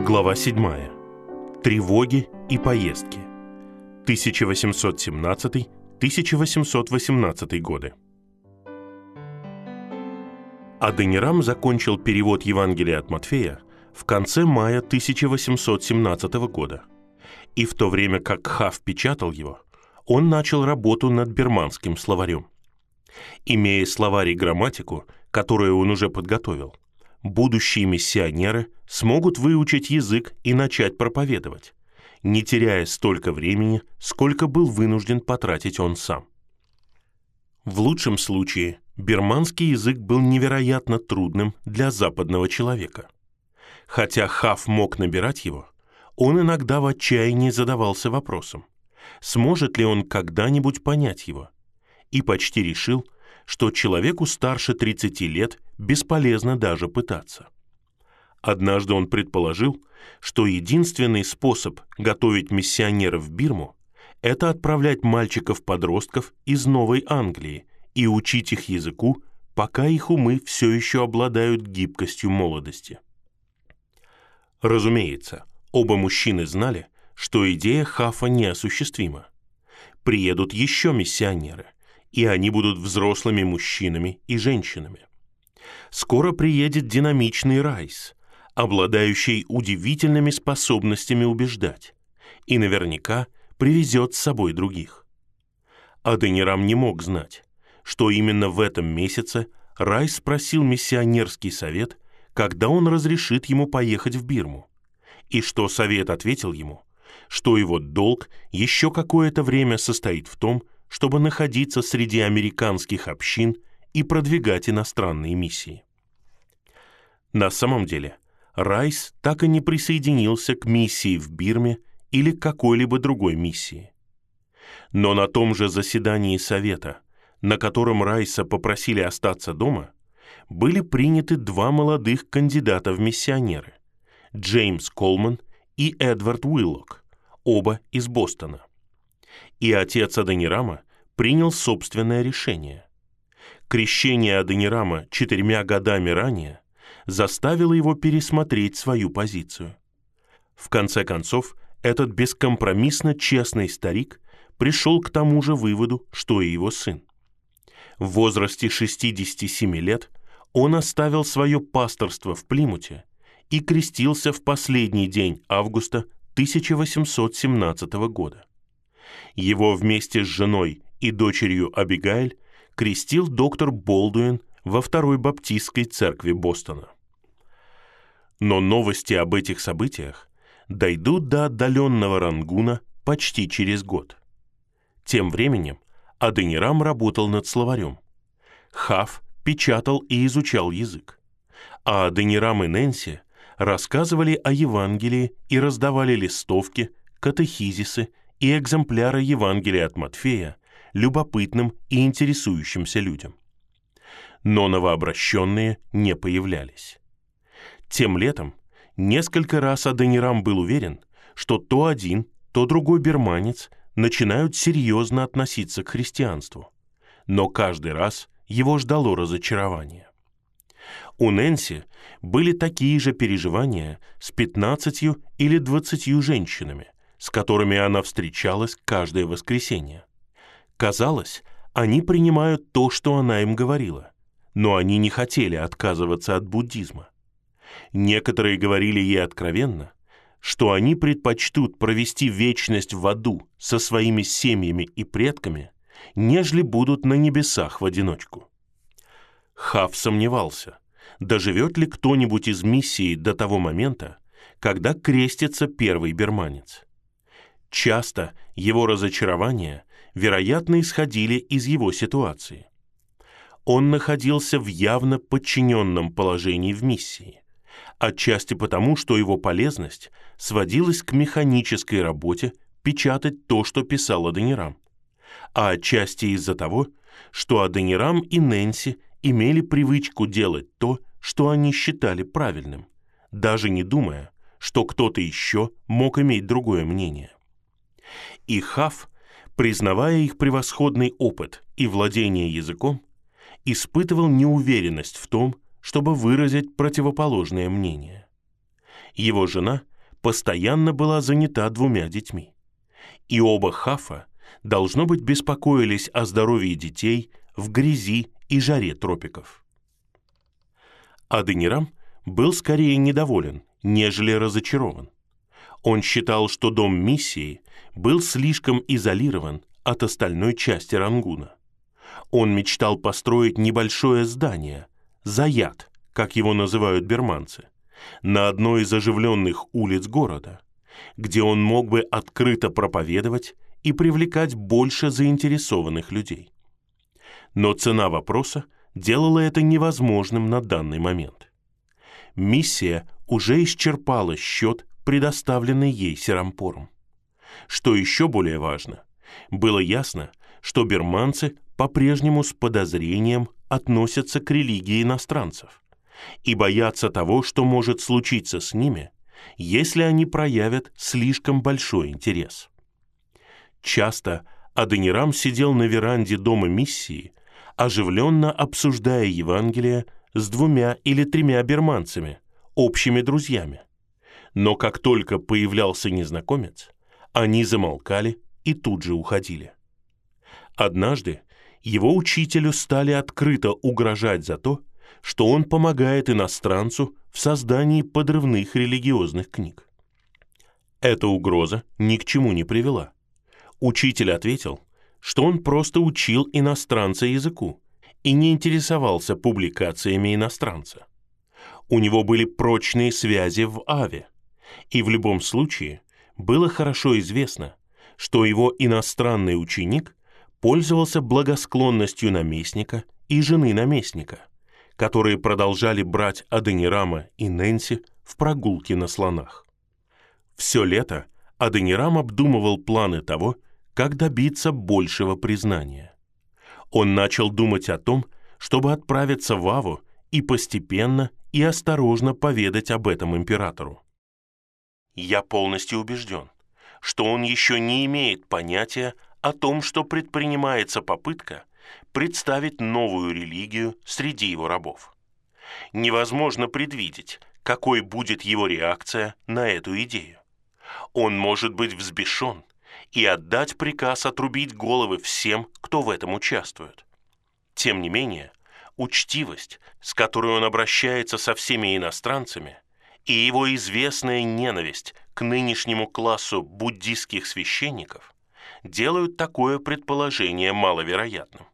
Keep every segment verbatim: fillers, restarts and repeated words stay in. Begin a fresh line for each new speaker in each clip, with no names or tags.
Глава седьмая. Тревоги и поездки. тысяча восемьсот семнадцатый — тысяча восемьсот восемнадцатый годы. Адонирам закончил перевод Евангелия от Матфея в конце мая тысяча восемьсот семнадцатого года, и в то время как Хафф печатал его, он начал работу над бирманским словарем. Имея словарь и грамматику, которую он уже подготовил, будущие миссионеры смогут выучить язык и начать проповедовать, не теряя столько времени, сколько был вынужден потратить он сам. В лучшем случае, бирманский язык был невероятно трудным для западного человека. Хотя Хафф мог набирать его, он иногда в отчаянии задавался вопросом, сможет ли он когда-нибудь понять его, и почти решил, что человеку старше тридцати лет бесполезно даже пытаться. Однажды он предположил, что единственный способ готовить миссионеров в Бирму – это отправлять мальчиков-подростков из Новой Англии и учить их языку, пока их умы все еще обладают гибкостью молодости. Разумеется, оба мужчины знали, что идея Хаффа неосуществима. Приедут еще миссионеры, и они будут взрослыми мужчинами и женщинами. Скоро приедет динамичный Райс, обладающий удивительными способностями убеждать, и наверняка привезет с собой других. Адонирам не мог знать, что именно в этом месяце Райс спросил миссионерский совет, когда он разрешит ему поехать в Бирму, и что совет ответил ему, что его долг еще какое-то время состоит в том, чтобы находиться среди американских общин и продвигать иностранные миссии. На самом деле, Райс так и не присоединился к миссии в Бирме или к какой-либо другой миссии. Но на том же заседании Совета, на котором Райса попросили остаться дома, были приняты два молодых кандидата в миссионеры – Джеймс Колман и Эдвард Уиллок, оба из Бостона. И отец Адонирама принял собственное решение. Крещение Адонирама четырьмя годами ранее заставило его пересмотреть свою позицию. В конце концов, этот бескомпромиссно честный старик пришел к тому же выводу, что и его сын. В возрасте шестидесяти семи лет он оставил свое пасторство в Плимуте и крестился в последний день августа тысяча восемьсот семнадцатого года. Его вместе с женой и дочерью Абигайль крестил доктор Болдуин во Второй Баптистской церкви Бостона. Но новости об этих событиях дойдут до отдаленного Рангуна почти через год. Тем временем Адонирам работал над словарем. Хафф печатал и изучал язык, а Адонирам и Нэнси рассказывали о Евангелии и раздавали листовки, катехизисы и экземпляры Евангелия от Матфея любопытным и интересующимся людям. Но новообращенные не появлялись. Тем летом несколько раз Адонирам был уверен, что то один, то другой бирманец начинают серьезно относиться к христианству, но каждый раз его ждало разочарование. У Нэнси были такие же переживания с пятнадцатью или двадцатью женщинами, с которыми она встречалась каждое воскресенье. Казалось, они принимают то, что она им говорила, но они не хотели отказываться от буддизма. Некоторые говорили ей откровенно, что они предпочтут провести вечность в аду со своими семьями и предками, нежели будут на небесах в одиночку. Хафф сомневался, доживет ли кто-нибудь из миссии до того момента, когда крестится первый бирманец. Часто его разочарования, вероятно, исходили из его ситуации. Он находился в явно подчиненном положении в миссии, отчасти потому, что его полезность сводилась к механической работе печатать то, что писал Адонирам, а отчасти из-за того, что Адонирам и Нэнси имели привычку делать то, что они считали правильным, даже не думая, что кто-то еще мог иметь другое мнение. И Хафф, признавая их превосходный опыт и владение языком, испытывал неуверенность в том, чтобы выразить противоположное мнение. Его жена постоянно была занята двумя детьми. И оба Хафа, должно быть, беспокоились о здоровье детей в грязи и жаре тропиков. Адонирам был скорее недоволен, нежели разочарован. Он считал, что дом миссии был слишком изолирован от остальной части Рангуна. Он мечтал построить небольшое здание, заят, как его называют бирманцы, на одной из оживленных улиц города, где он мог бы открыто проповедовать и привлекать больше заинтересованных людей. Но цена вопроса делала это невозможным на данный момент. Миссия уже исчерпала счет, предоставленный ей Серампором. Что еще более важно, было ясно, что бирманцы по-прежнему с подозрением относятся к религии иностранцев и боятся того, что может случиться с ними, если они проявят слишком большой интерес. Часто Адонирам сидел на веранде дома миссии, оживленно обсуждая Евангелие с двумя или тремя бирманцами, общими друзьями. Но как только появлялся незнакомец, они замолкали и тут же уходили. Однажды его учителю стали открыто угрожать за то, что он помогает иностранцу в создании подрывных религиозных книг. Эта угроза ни к чему не привела. Учитель ответил, что он просто учил иностранца языку и не интересовался публикациями иностранца. У него были прочные связи в Аве, и в любом случае было хорошо известно, что его иностранный ученик пользовался благосклонностью наместника и жены наместника, которые продолжали брать Адонирама и Нэнси в прогулки на слонах. Все лето Адонирам обдумывал планы того, как добиться большего признания. Он начал думать о том, чтобы отправиться в Аву и постепенно и осторожно поведать об этом императору. «Я полностью убежден, что он еще не имеет понятия о том, что предпринимается попытка представить новую религию среди его рабов. Невозможно предвидеть, какой будет его реакция на эту идею. Он может быть взбешен и отдать приказ отрубить головы всем, кто в этом участвует. Тем не менее, учтивость, с которой он обращается со всеми иностранцами, и его известная ненависть к нынешнему классу буддистских священников делают такое предположение маловероятным.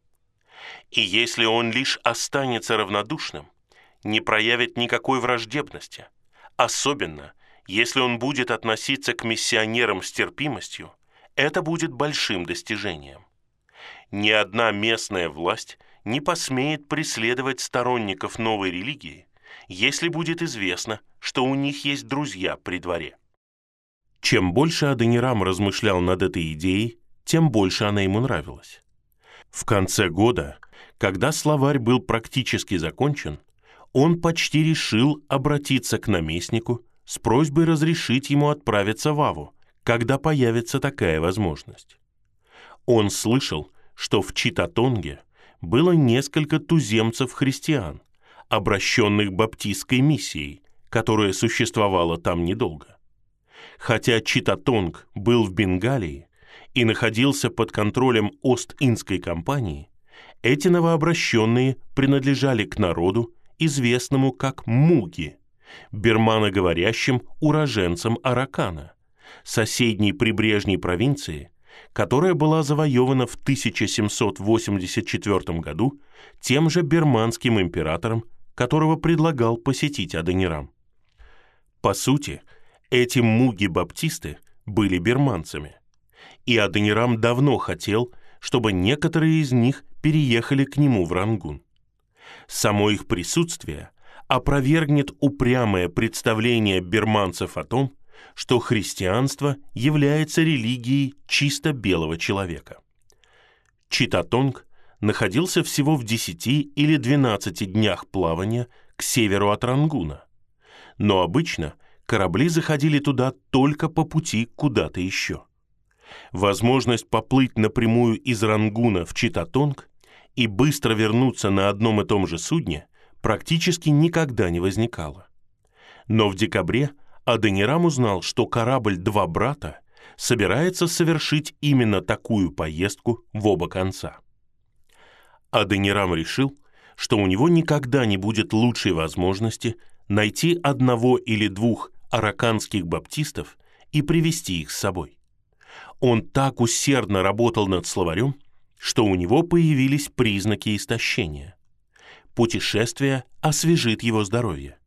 И если он лишь останется равнодушным, не проявит никакой враждебности, особенно если он будет относиться к миссионерам с терпимостью, это будет большим достижением. Ни одна местная власть не посмеет преследовать сторонников новой религии, если будет известно, что у них есть друзья при дворе. Чем больше Адонирам размышлял над этой идеей, тем больше она ему нравилась. В конце года, когда словарь был практически закончен, он почти решил обратиться к наместнику с просьбой разрешить ему отправиться в Аву, когда появится такая возможность. Он слышал, что в Читатонге было несколько туземцев-христиан, обращенных баптистской миссией, которая существовала там недолго. Хотя Читатонг был в Бенгалии и находился под контролем Ост-Индской компании, эти новообращенные принадлежали к народу, известному как муги, бирманоговорящим уроженцам Аракана, соседней прибрежной провинции, которая была завоевана в тысяча семьсот восемьдесят четвёртом году тем же бирманским императором, которого предлагал посетить Адонирам. По сути, эти муги-баптисты были бирманцами, и Адонирам давно хотел, чтобы некоторые из них переехали к нему в Рангун. Само их присутствие опровергнет упрямое представление бирманцев о том, что христианство является религией чисто белого человека. Читатонг находился всего в десяти или двенадцати днях плавания к северу от Рангуна, но обычно корабли заходили туда только по пути куда-то еще. Возможность поплыть напрямую из Рангуна в Читатонг и быстро вернуться на одном и том же судне практически никогда не возникало. Но в декабре Адонирам узнал, что корабль «Два брата» собирается совершить именно такую поездку в оба конца. Адонирам решил, что у него никогда не будет лучшей возможности найти одного или двух араканских баптистов и привести их с собой. Он так усердно работал над словарем, что у него появились признаки истощения. Путешествие освежит его здоровье.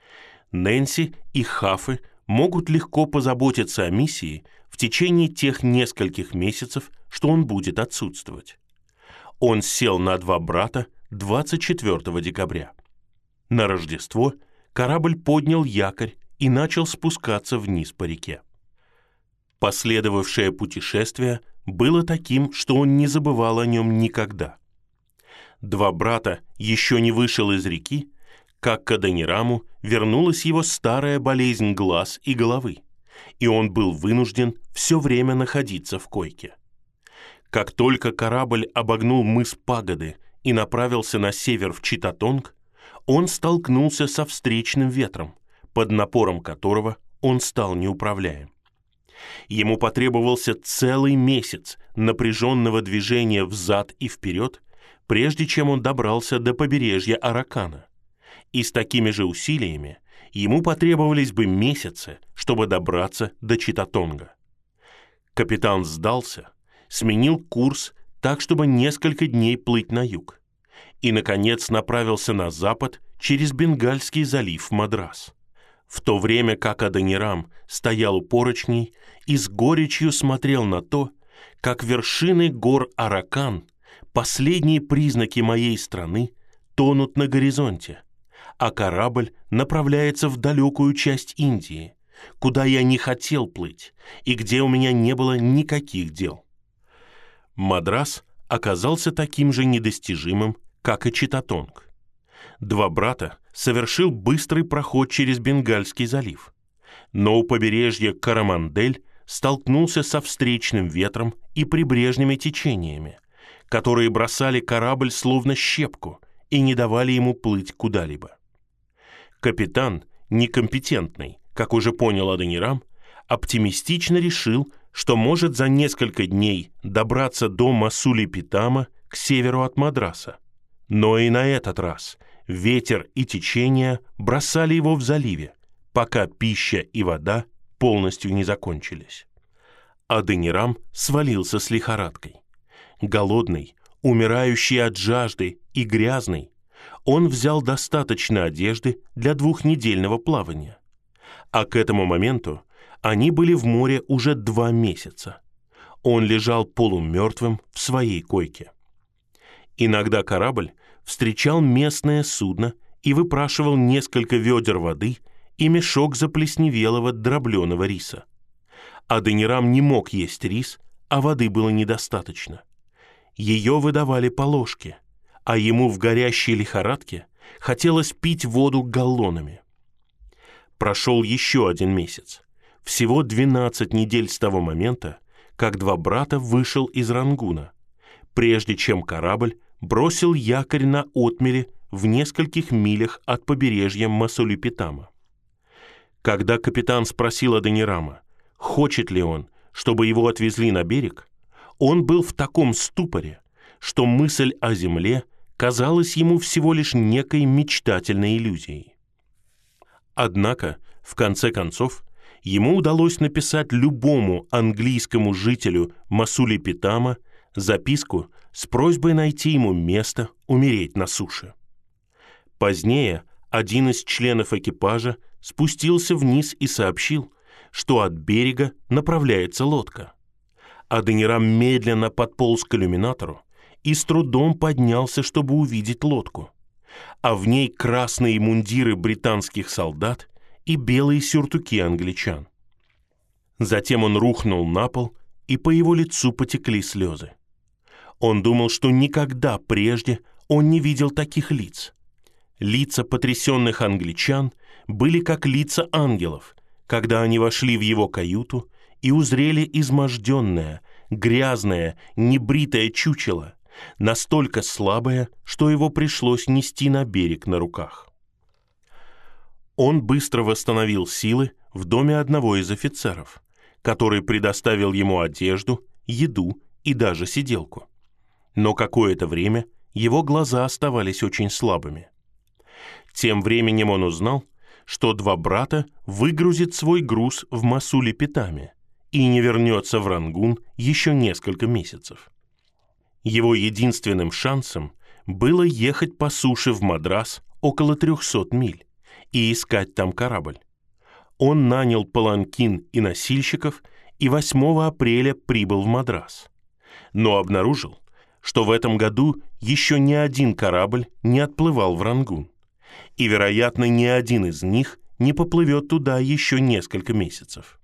Нэнси и Хафы могут легко позаботиться о миссии в течение тех нескольких месяцев, что он будет отсутствовать. Он сел на «Два брата» двадцать четвёртого декабря. На Рождество корабль поднял якорь и начал спускаться вниз по реке. Последовавшее путешествие было таким, что он не забывал о нем никогда. «Два брата» еще не вышел из реки, как к Адонираму вернулась его старая болезнь глаз и головы, и он был вынужден все время находиться в койке. Как только корабль обогнул мыс Пагоды и направился на север в Читатонг, он столкнулся со встречным ветром, под напором которого он стал неуправляем. Ему потребовался целый месяц напряженного движения взад и вперед, прежде чем он добрался до побережья Аракана. И с такими же усилиями ему потребовались бы месяцы, чтобы добраться до Читатонга. Капитан сдался, сменил курс так, чтобы несколько дней плыть на юг, и, наконец, направился на запад через Бенгальский залив в Мадрас. В то время как Адонирам стоял у поручней и с горечью смотрел на то, как вершины гор Аракан, последние признаки моей страны, тонут на горизонте, а корабль направляется в далекую часть Индии, куда я не хотел плыть и где у меня не было никаких дел. Мадрас оказался таким же недостижимым, как и Читатонг. «Два брата» совершил быстрый проход через Бенгальский залив, но у побережья Карамандель столкнулся со встречным ветром и прибрежными течениями, которые бросали корабль словно щепку и не давали ему плыть куда-либо. Капитан, некомпетентный, как уже понял Адонирам, оптимистично решил, что может за несколько дней добраться до Масули-Питама к северу от Мадраса. Но и на этот раз ветер и течение бросали его в заливе, пока пища и вода полностью не закончились. Адонирам свалился с лихорадкой. Голодный, умирающий от жажды и грязный, он взял достаточно одежды для двухнедельного плавания. А к этому моменту они были в море уже два месяца. Он лежал полумертвым в своей койке. Иногда корабль встречал местное судно и выпрашивал несколько ведер воды и мешок заплесневелого дробленого риса. Адонирам не мог есть рис, а воды было недостаточно. Ее выдавали по ложке, а ему в горящей лихорадке хотелось пить воду галлонами. Прошел еще один месяц. Всего двенадцать недель с того момента, как «Два брата» вышел из Рангуна, прежде чем корабль бросил якорь на отмеле в нескольких милях от побережья Масули-Питама. Когда капитан спросил Адонирама, хочет ли он, чтобы его отвезли на берег, он был в таком ступоре, что мысль о земле казалась ему всего лишь некой мечтательной иллюзией. Однако, в конце концов, ему удалось написать любому английскому жителю Масули-Питама записку с просьбой найти ему место умереть на суше. Позднее один из членов экипажа спустился вниз и сообщил, что от берега направляется лодка. Адонирам медленно подполз к иллюминатору и с трудом поднялся, чтобы увидеть лодку, а в ней красные мундиры британских солдат и белые сюртуки англичан. Затем он рухнул на пол, и по его лицу потекли слезы. Он думал, что никогда прежде он не видел таких лиц. Лица потрясенных англичан были как лица ангелов, когда они вошли в его каюту и узрели изможденное, грязное, небритое чучело, настолько слабое, что его пришлось нести на берег на руках. Он быстро восстановил силы в доме одного из офицеров, который предоставил ему одежду, еду и даже сиделку. Но какое-то время его глаза оставались очень слабыми. Тем временем он узнал, что два брата выгрузят свой груз в Масуле-Питаме и не вернется в Рангун еще несколько месяцев. Его единственным шансом было ехать по суше в Мадрас около трехсот миль и искать там корабль. Он нанял паланкин и носильщиков и восьмого апреля прибыл в Мадрас, но обнаружил, что в этом году еще ни один корабль не отплывал в Рангун, и, вероятно, ни один из них не поплывет туда еще несколько месяцев.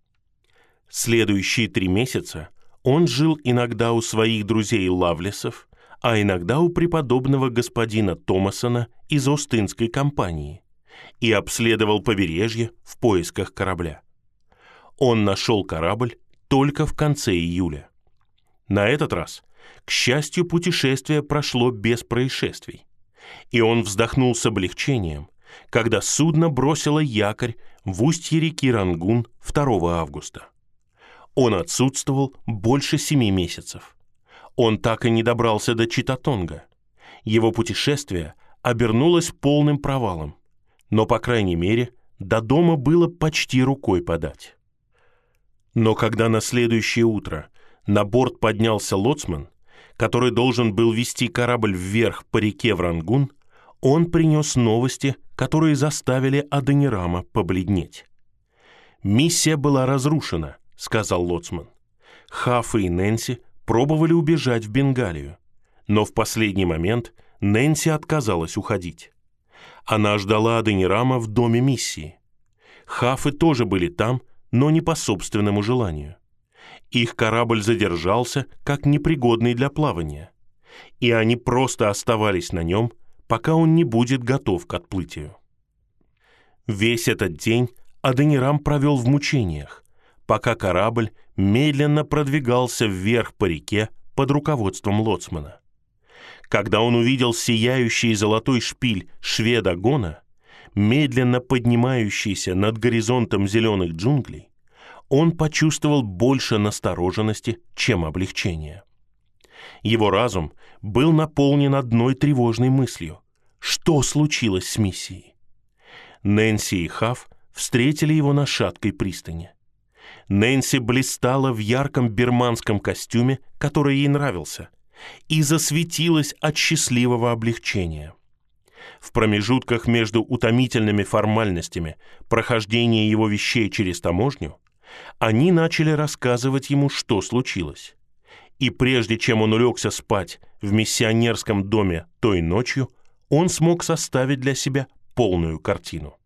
Следующие три месяца он жил иногда у своих друзей Лавлесов, а иногда у преподобного господина Томасона из Остинской компании, и обследовал побережье в поисках корабля. Он нашел корабль только в конце июля. На этот раз, к счастью, путешествие прошло без происшествий, и он вздохнул с облегчением, когда судно бросило якорь в устье реки Рангун второго августа. Он отсутствовал больше семи месяцев. Он так и не добрался до Читатонга. Его путешествие обернулось полным провалом, но, по крайней мере, до дома было почти рукой подать. Но когда на следующее утро на борт поднялся лоцман, который должен был вести корабль вверх по реке в Рангун, он принес новости, которые заставили Адонирама побледнеть. «Миссия была разрушена», — сказал лоцман. Хафа и Нэнси пробовали убежать в Бенгалию, но в последний момент Нэнси отказалась уходить. Она ждала Адонирама в доме миссии. Хафы тоже были там, но не по собственному желанию. Их корабль задержался, как непригодный для плавания, и они просто оставались на нем, пока он не будет готов к отплытию. Весь этот день Адонирам провел в мучениях, пока корабль медленно продвигался вверх по реке под руководством лоцмана. Когда он увидел сияющий золотой шпиль шведа Гона, медленно поднимающийся над горизонтом зеленых джунглей, он почувствовал больше настороженности, чем облегчения. Его разум был наполнен одной тревожной мыслью: что случилось с миссией? Нэнси и Хаф встретили его на шаткой пристани. Нэнси блистала в ярком бирманском костюме, который ей нравился, и засветилась от счастливого облегчения. В промежутках между утомительными формальностями прохождения его вещей через таможню они начали рассказывать ему, что случилось. И прежде чем он улегся спать в миссионерском доме той ночью, он смог составить для себя полную картину.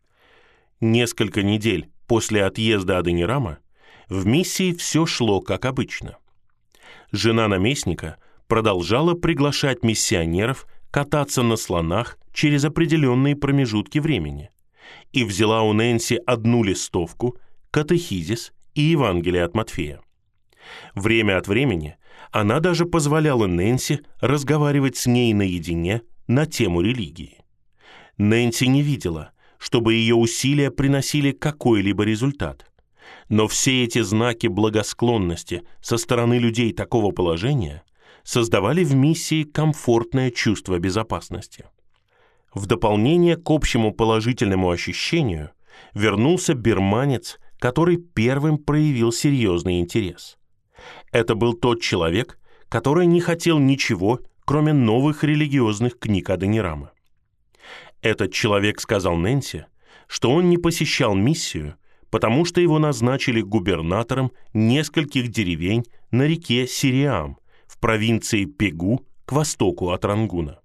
Несколько недель после отъезда Адонирама в миссии все шло как обычно. Жена наместника продолжала приглашать миссионеров кататься на слонах через определенные промежутки времени и взяла у Нэнси одну листовку, катехизис и Евангелие от Матфея. Время от времени она даже позволяла Нэнси разговаривать с ней наедине на тему религии. Нэнси не видела, чтобы ее усилия приносили какой-либо результат, но все эти знаки благосклонности со стороны людей такого положения создавали в миссии комфортное чувство безопасности. В дополнение к общему положительному ощущению вернулся бирманец, который первым проявил серьезный интерес. Это был тот человек, который не хотел ничего, кроме новых религиозных книг Адонирама. Этот человек сказал Нэнси, что он не посещал миссию, потому что его назначили губернатором нескольких деревень на реке Сириам в провинции Пегу к востоку от Рангуна.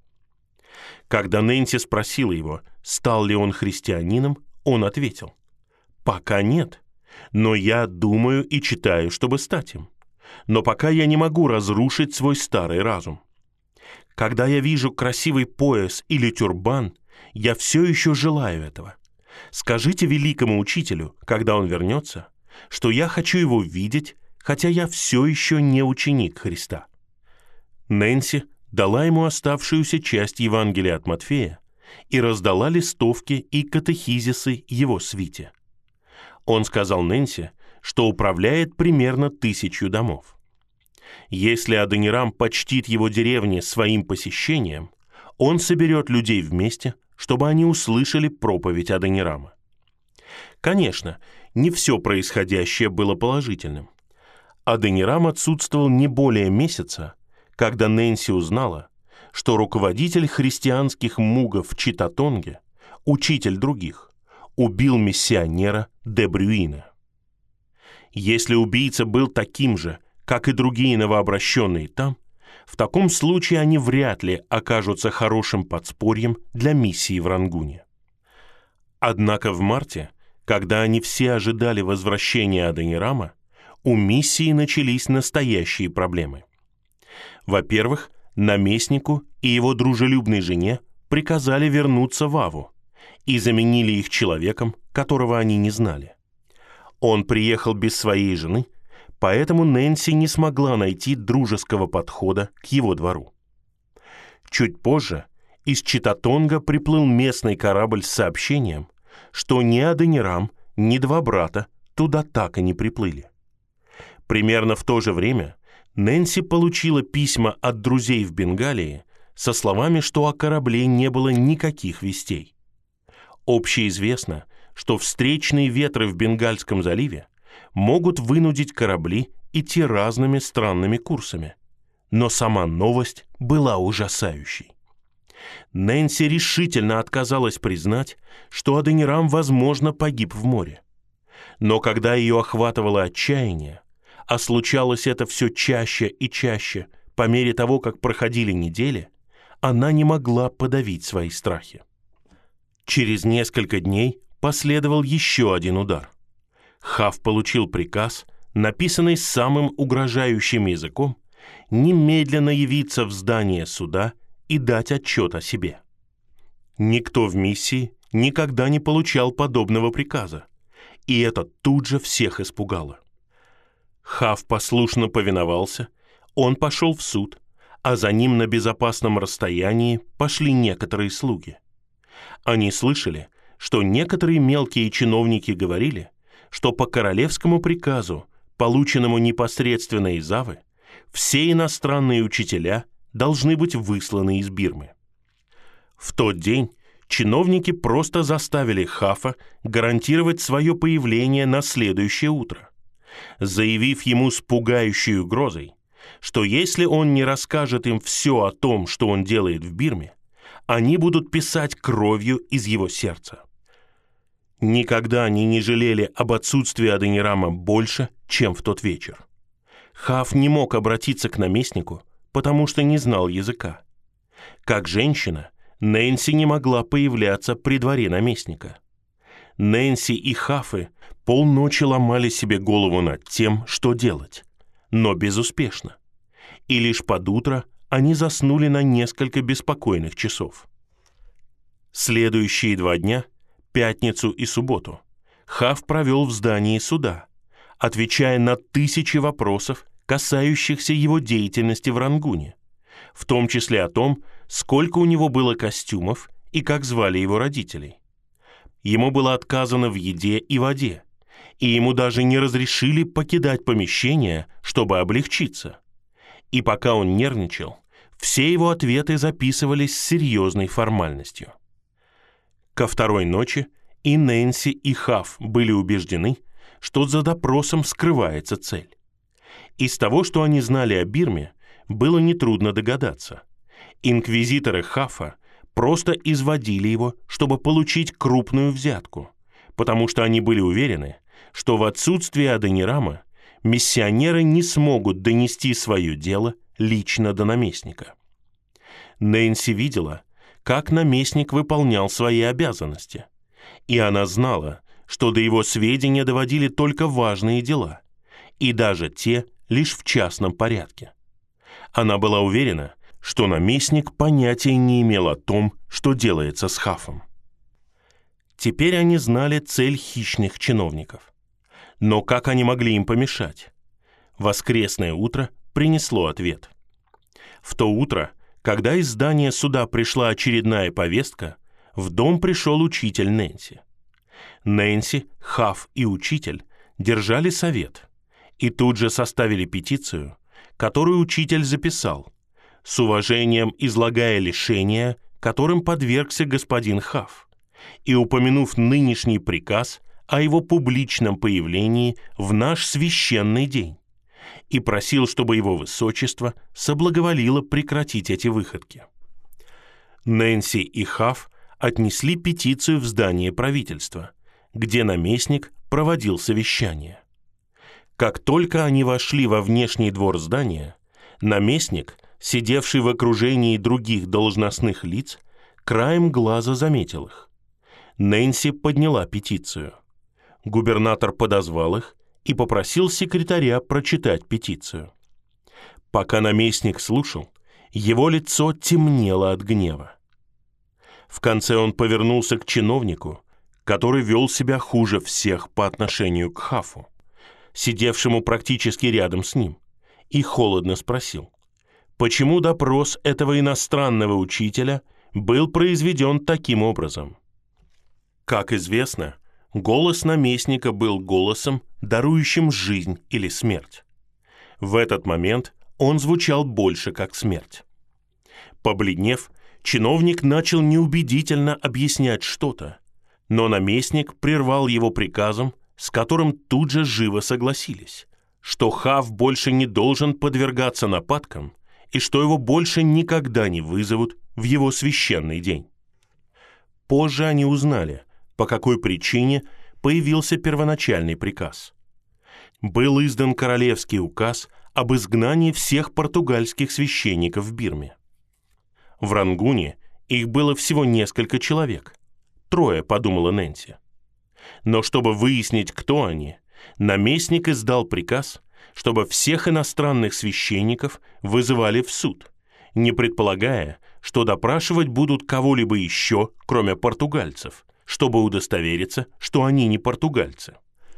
Когда Нэнси спросила его, стал ли он христианином, он ответил: «Пока нет, но я думаю и читаю, чтобы стать им. Но пока я не могу разрушить свой старый разум. Когда я вижу красивый пояс или тюрбан, я все еще желаю этого. Скажите великому учителю, когда он вернется, что я хочу его видеть, хотя я все еще не ученик Христа». Нэнси дала ему оставшуюся часть Евангелия от Матфея и раздала листовки и катехизисы его свите. Он сказал Нэнси, что управляет примерно тысячью домов. Если Адонирам почтит его деревни своим посещением, он соберет людей вместе, чтобы они услышали проповедь Адонирама. Конечно, не все происходящее было положительным. Адонирам отсутствовал не более месяца, когда Нэнси узнала, что руководитель христианских мугов в Читатонге, учитель других, убил миссионера де Брюина. Если убийца был таким же, как и другие новообращенные там, в таком случае они вряд ли окажутся хорошим подспорьем для миссии в Рангуне. Однако в марте, когда они все ожидали возвращения Адонирама, у миссии начались настоящие проблемы. Во-первых, наместнику и его дружелюбной жене приказали вернуться в Аву и заменили их человеком, которого они не знали. Он приехал без своей жены, поэтому Нэнси не смогла найти дружеского подхода к его двору. Чуть позже из Читатонга приплыл местный корабль с сообщением, что ни Адонирам, ни два брата туда так и не приплыли. Примерно в то же время Нэнси получила письма от друзей в Бенгалии со словами, что о корабле не было никаких вестей. Общеизвестно, что встречные ветры в Бенгальском заливе могут вынудить корабли идти разными странными курсами, но сама новость была ужасающей. Нэнси решительно отказалась признать, что Адонирам, возможно, погиб в море. Но когда ее охватывало отчаяние, а случалось это все чаще и чаще по мере того, как проходили недели, она не могла подавить свои страхи. Через несколько дней последовал еще один удар. Хаф получил приказ, написанный самым угрожающим языком, немедленно явиться в здание суда и дать отчет о себе. Никто в миссии никогда не получал подобного приказа, и это тут же всех испугало. Хаф послушно повиновался, он пошел в суд, а за ним на безопасном расстоянии пошли некоторые слуги. Они слышали, что некоторые мелкие чиновники говорили, что по королевскому приказу, полученному непосредственно из Авы, все иностранные учителя должны быть высланы из Бирмы. В тот день чиновники просто заставили Хафа гарантировать свое появление на следующее утро, заявив ему с пугающей угрозой, что если он не расскажет им все о том, что он делает в Бирме, они будут писать кровью из его сердца. Никогда они не жалели об отсутствии Адонирама больше, чем в тот вечер. Хаф не мог обратиться к наместнику, потому что не знал языка. Как женщина, Нэнси не могла появляться при дворе наместника. Нэнси и Хафы полночи ломали себе голову над тем, что делать, но безуспешно. И лишь под утро они заснули на несколько беспокойных часов. Следующие два дня, пятницу и субботу, Хаф провел в здании суда, отвечая на тысячи вопросов, касающихся его деятельности в Рангуне, в том числе о том, сколько у него было костюмов и как звали его родителей. Ему было отказано в еде и воде, и ему даже не разрешили покидать помещение, чтобы облегчиться. И пока он нервничал, все его ответы записывались с серьезной формальностью. Ко второй ночи и Нэнси, и Хаф были убеждены, что за допросом скрывается цель. Из того, что они знали о Бирме, было нетрудно догадаться. Инквизиторы Хафа просто изводили его, чтобы получить крупную взятку, потому что они были уверены, что в отсутствие Адонирама миссионеры не смогут донести свое дело лично до наместника. Нэнси видела, как наместник выполнял свои обязанности, и она знала, что до его сведения доводили только важные дела, и даже те лишь в частном порядке. Она была уверена, что наместник понятия не имел о том, что делается с Хафом. Теперь они знали цель хищных чиновников. Но как они могли им помешать? Воскресное утро принесло ответ. В то утро, когда из здания суда пришла очередная повестка, в дом пришел учитель Нэнси. Нэнси, Хаф и учитель держали совет и тут же составили петицию, которую учитель записал, с уважением излагая лишения, которым подвергся господин Хаф, и упомянув нынешний приказ о его публичном появлении в наш священный день, и просил, чтобы его высочество соблаговолило прекратить эти выходки. Нэнси и Хаф отнесли петицию в здание правительства, где наместник проводил совещание. Как только они вошли во внешний двор здания, наместник, сидевший в окружении других должностных лиц, краем глаза заметил их. Нэнси подняла петицию. Губернатор подозвал их и попросил секретаря прочитать петицию. Пока наместник слушал, его лицо темнело от гнева. В конце он повернулся к чиновнику, который вел себя хуже всех по отношению к Хафу, сидевшему практически рядом с ним, и холодно спросил, почему допрос этого иностранного учителя был произведен таким образом. Как известно, голос наместника был голосом, дарующим жизнь или смерть. В этот момент он звучал больше как смерть. Побледнев, чиновник начал неубедительно объяснять что-то, но наместник прервал его приказом, с которым тут же живо согласились, что Хаф больше не должен подвергаться нападкам и что его больше никогда не вызовут в его священный день. Позже они узнали, по какой причине появился первоначальный приказ. Был издан королевский указ об изгнании всех португальских священников в Бирме. В Рангуне их было всего несколько человек. Трое, подумала Нэнси. Но чтобы выяснить, кто они, наместник издал приказ, чтобы всех иностранных священников вызывали в суд, не предполагая, что допрашивать будут кого-либо еще, кроме португальцев, чтобы удостовериться, что они не португальцы.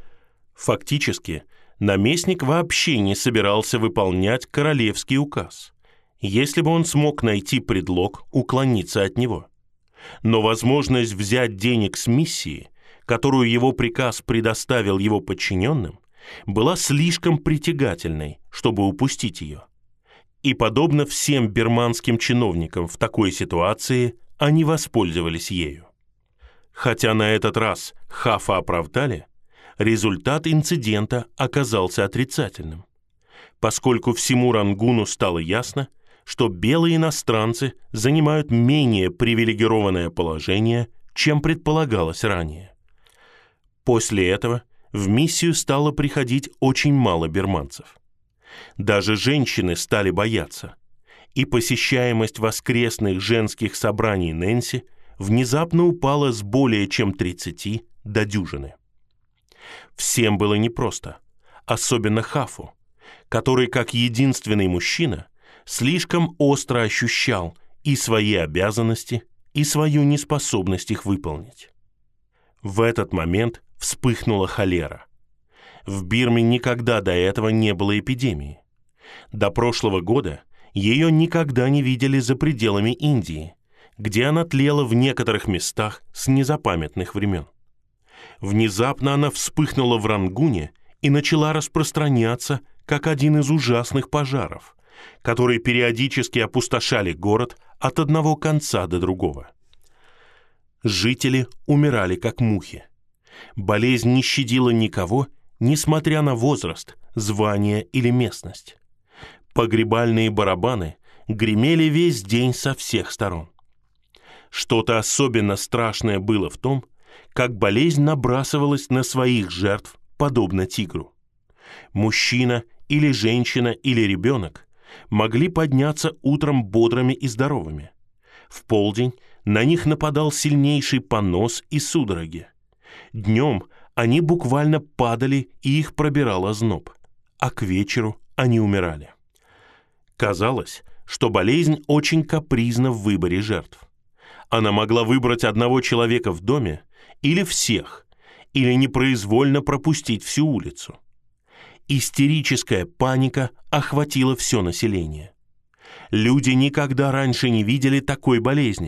Фактически, наместник вообще не собирался выполнять королевский указ, если бы он смог найти предлог уклониться от него. Но возможность взять денег с миссии, которую его приказ предоставил его подчиненным, была слишком притягательной, чтобы упустить ее. И, подобно всем бирманским чиновникам в такой ситуации, они воспользовались ею. Хотя на этот раз Хафа оправдали, результат инцидента оказался отрицательным, поскольку всему Рангуну стало ясно, что белые иностранцы занимают менее привилегированное положение, чем предполагалось ранее. После этого в миссию стало приходить очень мало бирманцев. Даже женщины стали бояться, и посещаемость воскресных женских собраний Нэнси внезапно упала с более чем тридцати до дюжины. Всем было непросто, особенно Хафу, который, как единственный мужчина, слишком остро ощущал и свои обязанности, и свою неспособность их выполнить. В этот момент вспыхнула холера. В Бирме никогда до этого не было эпидемии. До прошлого года ее никогда не видели за пределами Индии, где она тлела в некоторых местах с незапамятных времен. Внезапно она вспыхнула в Рангуне и начала распространяться, как один из ужасных пожаров, которые периодически опустошали город от одного конца до другого. Жители умирали как мухи. Болезнь не щадила никого, несмотря на возраст, звание или местность. Погребальные барабаны гремели весь день со всех сторон. Что-то особенно страшное было в том, как болезнь набрасывалась на своих жертв, подобно тигру. Мужчина или женщина или ребенок могли подняться утром бодрыми и здоровыми. В полдень на них нападал сильнейший понос и судороги. Днем они буквально падали, и их пробирал озноб, а к вечеру они умирали. Казалось, что болезнь очень капризна в выборе жертв. Она могла выбрать одного человека в доме или всех, или непроизвольно пропустить всю улицу. Истерическая паника охватила все население. Люди никогда раньше не видели такой болезни,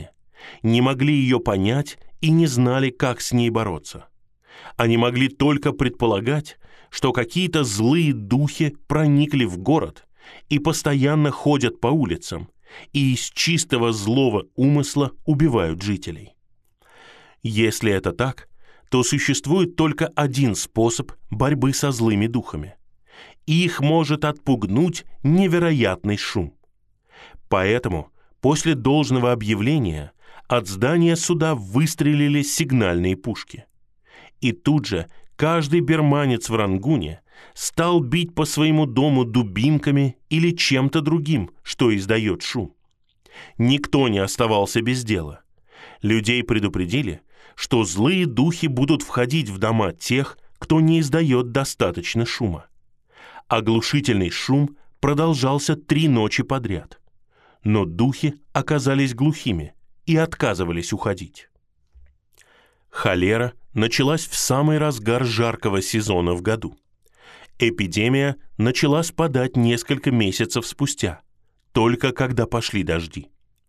не могли ее понять и не знали, как с ней бороться. Они могли только предполагать, что какие-то злые духи проникли в город и постоянно ходят по улицам и из чистого злого умысла убивают жителей. Если это так, то существует только один способ борьбы со злыми духами. Их может отпугнуть невероятный шум. Поэтому после должного объявления от здания суда выстрелили сигнальные пушки. И тут же каждый бирманец в Рангуне стал бить по своему дому дубинками или чем-то другим, что издает шум. Никто не оставался без дела. Людей предупредили, что злые духи будут входить в дома тех, кто не издает достаточно шума. Оглушительный шум продолжался три ночи подряд. Но духи оказались глухими и отказывались уходить. Холера началась в самый разгар жаркого сезона в году. Эпидемия начала спадать несколько месяцев спустя, только когда пошли дожди.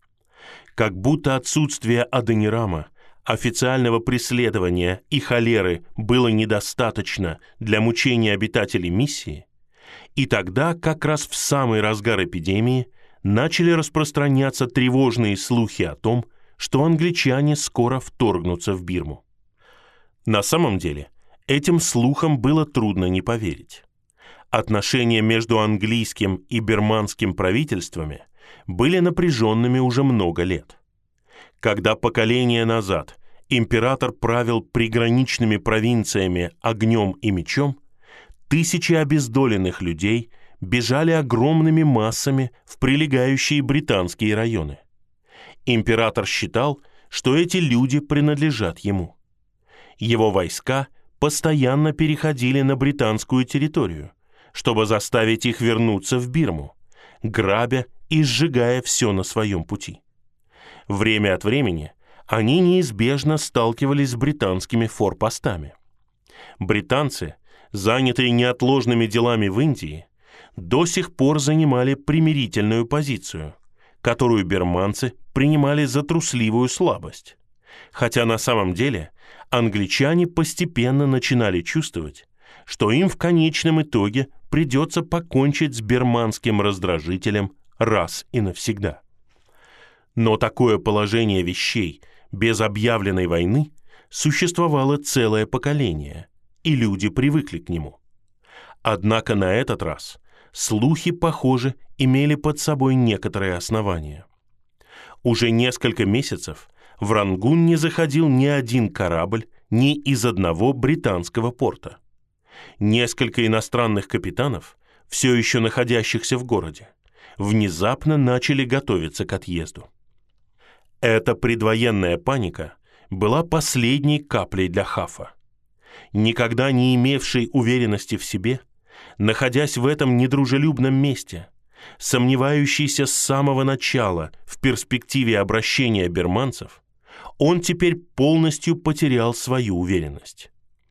Как будто отсутствие Аденирама, официального преследования и холеры было недостаточно для мучения обитателей миссии, и тогда, как раз в самый разгар эпидемии, начали распространяться тревожные слухи о том, что англичане скоро вторгнутся в Бирму. На самом деле, этим слухам было трудно не поверить. Отношения между английским и бирманским правительствами были напряженными уже много лет. Когда поколение назад император правил приграничными провинциями огнем и мечом, тысячи обездоленных людей бежали огромными массами в прилегающие британские районы. Император считал, что эти люди принадлежат ему. Его войска постоянно переходили на британскую территорию, чтобы заставить их вернуться в Бирму, грабя и сжигая все на своем пути. Время от времени они неизбежно сталкивались с британскими форпостами. Британцы, занятые неотложными делами в Индии, до сих пор занимали примирительную позицию, которую бирманцы принимали за трусливую слабость, хотя на самом деле англичане постепенно начинали чувствовать, что им в конечном итоге придется покончить с бирманским раздражителем раз и навсегда. Но такое положение вещей без объявленной войны существовало целое поколение, и люди привыкли к нему. Однако на этот раз слухи, похоже, имели под собой некоторые основания. Уже несколько месяцев в Рангун не заходил ни один корабль ни из одного британского порта. Несколько иностранных капитанов, все еще находящихся в городе, внезапно начали готовиться к отъезду. Эта предвоенная паника была последней каплей для Хафа. Никогда не имевший уверенности в себе, находясь в этом недружелюбном месте, сомневающийся с самого начала в перспективе обращения бирманцев, он теперь полностью потерял свою уверенность.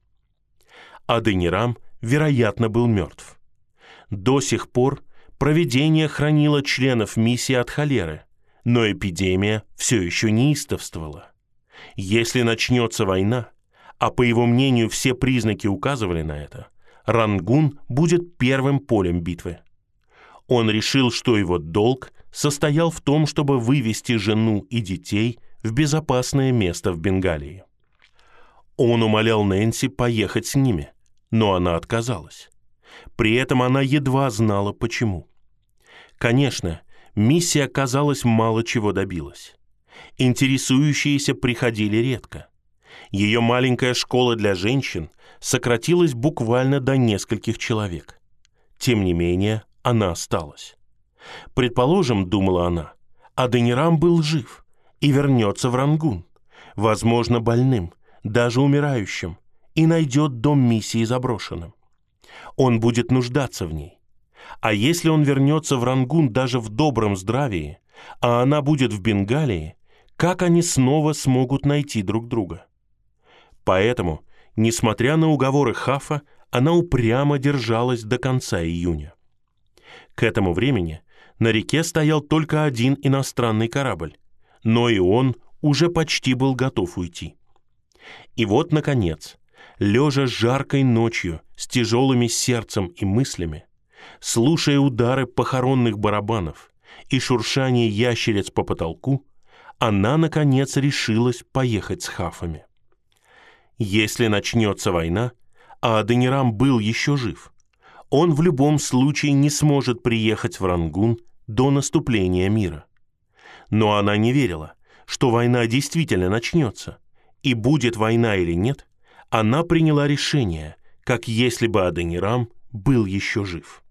Аденирам, вероятно, был мертв. До сих пор провидение хранило членов миссии от холеры, но эпидемия все еще неистовствовала. Если начнется война, а по его мнению все признаки указывали на это, Рангун будет первым полем битвы. Он решил, что его долг состоял в том, чтобы вывести жену и детей в безопасное место в Бенгалии. Он умолял Нэнси поехать с ними, но она отказалась. При этом она едва знала, почему. Конечно, миссия, казалось, мало чего добилась. Интересующиеся приходили редко. Ее маленькая школа для женщин сократилась буквально до нескольких человек. Тем не менее, она осталась. Предположим, думала она, Аденирам был жив и вернется в Рангун, возможно, больным, даже умирающим, и найдет дом миссии заброшенным. Он будет нуждаться в ней. А если он вернется в Рангун даже в добром здравии, а она будет в Бенгалии, как они снова смогут найти друг друга? Поэтому, несмотря на уговоры Хафа, она упрямо держалась до конца июня. К этому времени на реке стоял только один иностранный корабль, но и он уже почти был готов уйти. И вот, наконец, лежа жаркой ночью с тяжелыми сердцем и мыслями, слушая удары похоронных барабанов и шуршание ящериц по потолку, она, наконец, решилась поехать с хафами. Если начнется война, а Адонирам был еще жив, он в любом случае не сможет приехать в Рангун до наступления мира. Но она не верила, что война действительно начнется, и будет война или нет, она приняла решение, как если бы Адонирам был еще жив.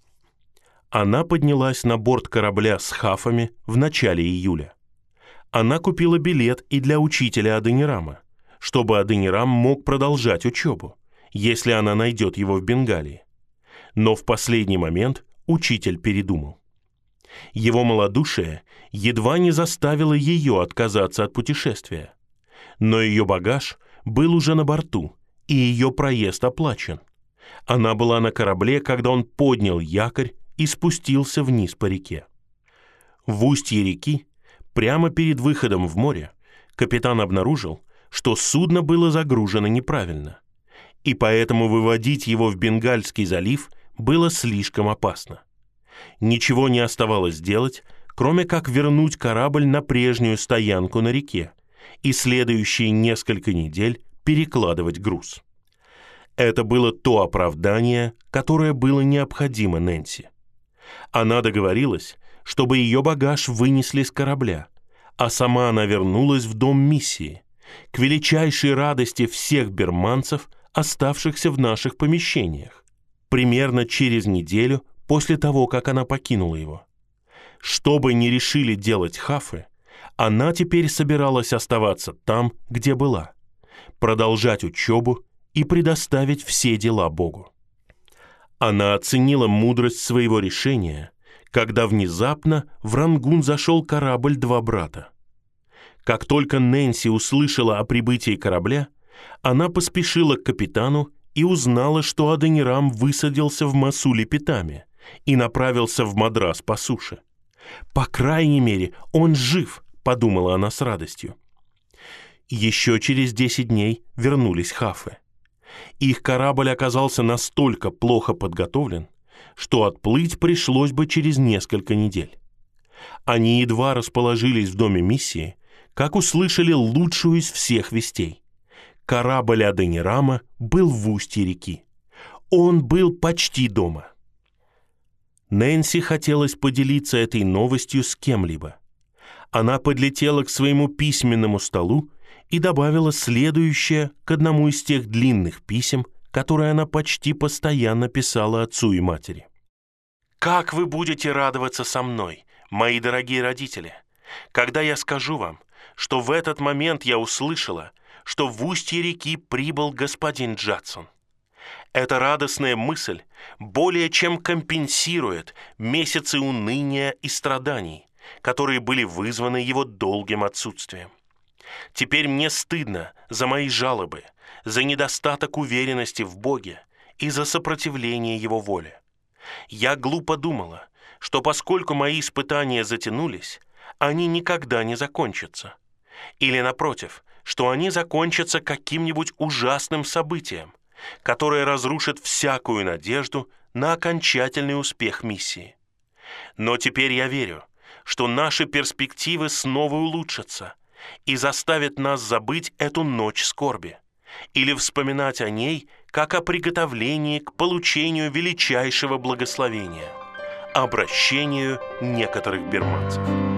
Она поднялась на борт корабля с хафами в начале июля. Она купила билет и для учителя Адонирама, чтобы Адонирам мог продолжать учебу, если она найдет его в Бенгалии. Но в последний момент учитель передумал. Его малодушие едва не заставило ее отказаться от путешествия. Но ее багаж был уже на борту, и ее проезд оплачен. Она была на корабле, когда он поднял якорь и спустился вниз по реке. В устье реки, прямо перед выходом в море, капитан обнаружил, что судно было загружено неправильно, и поэтому выводить его в Бенгальский залив было слишком опасно. Ничего не оставалось делать, кроме как вернуть корабль на прежнюю стоянку на реке и следующие несколько недель перекладывать груз. Это было то оправдание, которое было необходимо Нэнси. Она договорилась, чтобы ее багаж вынесли с корабля, а сама она вернулась в дом миссии, к величайшей радости всех бирманцев, оставшихся в наших помещениях, примерно через неделю после того, как она покинула его. Что бы ни решили делать хафы, она теперь собиралась оставаться там, где была, продолжать учебу и предоставить все дела Богу. Она оценила мудрость своего решения, когда внезапно в Рангун зашел корабль «Два брата». Как только Нэнси услышала о прибытии корабля, она поспешила к капитану и узнала, что Адонирам высадился в Масуле-Питаме и направился в Мадрас по суше. «По крайней мере, он жив», — подумала она с радостью. Еще через десять дней вернулись хафы. Их корабль оказался настолько плохо подготовлен, что отплыть пришлось бы через несколько недель. Они едва расположились в доме миссии, как услышали лучшую из всех вестей. Корабль Адонирама был в устье реки. Он был почти дома. Нэнси хотелось поделиться этой новостью с кем-либо. Она подлетела к своему письменному столу и добавила следующее к одному из тех длинных писем, которые она почти постоянно писала отцу и матери. «Как вы будете радоваться со мной, мои дорогие родители, когда я скажу вам, что в этот момент я услышала, что в устье реки прибыл господин Джадсон. Эта радостная мысль более чем компенсирует месяцы уныния и страданий, которые были вызваны его долгим отсутствием. Теперь мне стыдно за мои жалобы, за недостаток уверенности в Боге и за сопротивление Его воле. Я глупо думала, что поскольку мои испытания затянулись, они никогда не закончатся. Или, напротив, что они закончатся каким-нибудь ужасным событием, которое разрушит всякую надежду на окончательный успех миссии. Но теперь я верю, что наши перспективы снова улучшатся и заставят нас забыть эту ночь скорби или вспоминать о ней как о приготовлении к получению величайшего благословения – обращению некоторых бирманцев.